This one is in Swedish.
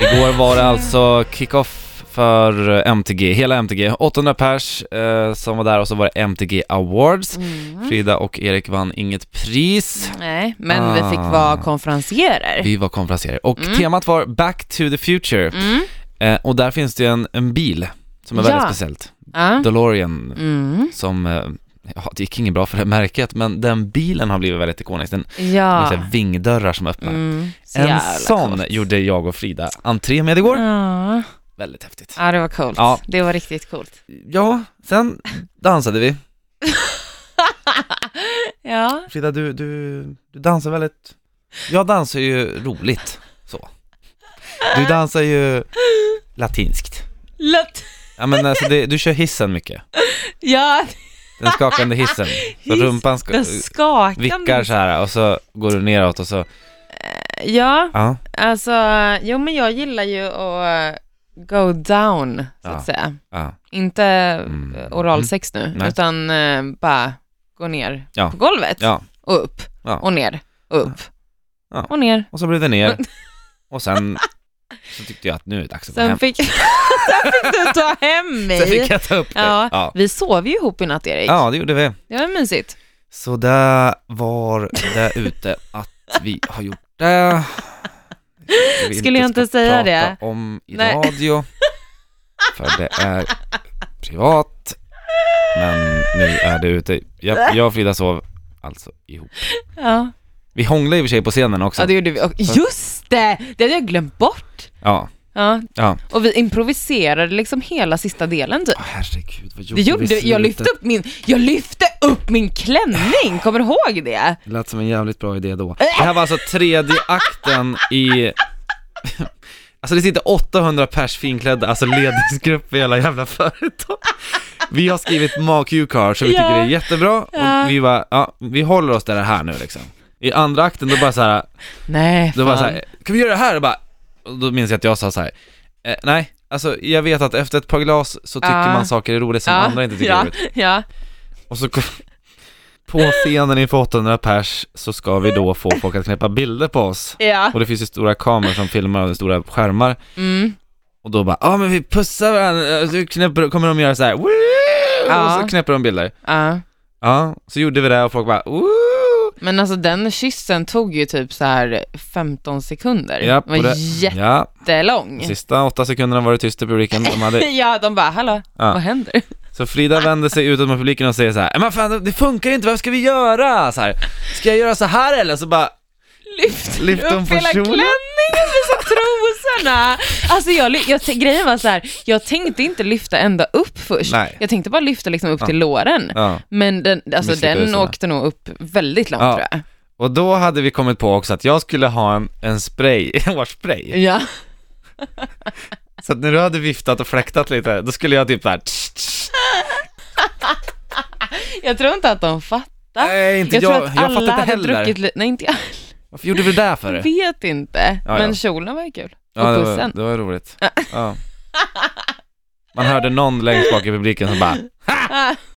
Igår var det alltså kick-off för MTG, hela MTG. 800 pers som var där och så var det MTG Awards. Frida och Erik vann inget pris. Nej, men vi fick vara konferencierer. Vi var konferencierer. Och temat var Back to the Future. Och där finns det en bil som är väldigt speciellt. DeLorean som... det gick inget bra för det märket, men den bilen har blivit väldigt ikonisk. Den med vingdörrar som öppnar. En sån coolt. Gjorde jag och Frida entré med igår. Väldigt häftigt. Ja, det var coolt. Ja. Det var riktigt coolt. Ja, sen dansade vi. Ja. Frida, du dansar väldigt... Jag dansar ju roligt, så. Du dansar ju latinskt. Ja, men alltså du kör hissen mycket. Ja. Den skakande hissen. Så rumpan vickar så här och så går du neråt och så... Ja, alltså... Jo, men jag gillar ju att go down, så att säga. Inte oralsex nu, utan bara gå ner på golvet. Och upp, och ner, och upp, och ner. Och så blev det ner. Och sen så tyckte jag att nu är det dags att gå hem. Sen fick du ta hem mig. Sen fick jag ta upp det. Ja. Vi sov ju ihop i natt, Erik. Ja, det gjorde vi. Det var mysigt. Så där var det ute att vi har gjort det. Skulle jag inte säga det? Om i radio. För det är privat. Men nu är det ute. Jag och Frida sov alltså ihop. Ja. Vi hånglade i och för sig på scenen också. Ja, det gjorde vi. Just det! Det hade jag glömt bort. Ja. Och vi improviserade liksom hela sista delen typ. Herregud, vad gjorde vi? Jag lyfte upp min klänning. Kommer du ihåg det? Det lät som en jävligt bra idé då. Det här var alltså tredje akten i... Alltså det sitter 800 pers finklädda, alltså ledningsgrupp i hela jävla företag. Vi har skrivit Mark U-card så vi tycker det är jättebra. Och vi bara, vi håller oss där här nu liksom. I andra akten då bara så här. Nej, då bara så här, kan vi göra det här? Och då minns jag att jag sa så här. Nej, alltså jag vet att efter ett par glas så tycker man saker är roligt som andra inte tycker är roligt. Ja. Och så på scenen inför 800 pers så ska vi då få folk att knäppa bilder på oss. Och det finns ju stora kameror som filmar och stora skärmar. Och då bara, men vi pussar varandra. Så kommer de göra så här. Och så knäpper de bilder. Så gjorde vi det och folk bara, Men alltså den kyssen tog ju typ så här 15 sekunder. Det var jättelång. De sista 8 sekunderna var det tyst i publiken. De bara, hallå, vad händer? Så Frida vände sig utåt med publiken och säger så här: men fan, det funkar inte, vad ska vi göra? Så här, ska jag göra så här eller? Så bara lyft upp hela klänningen med så trosorna. Alltså grejen var så här, jag tänkte inte lyfta ända upp först. Nej. Jag tänkte bara lyfta liksom upp till låren. Men den åkte nog upp väldigt långt tror jag. Och då hade vi kommit på också att jag skulle ha en spray, en hårspray. Ja. Så att när du hade viftat och fläktat lite, då skulle jag typ så här. Jag tror inte att de fattar. Nej, inte jag fattar inte heller. Nej, inte jag. Varför gjorde vi det där för det? Jag vet inte, men kjolen var ju kul. Ja, det var roligt. Man hörde någon längst bak i publiken som bara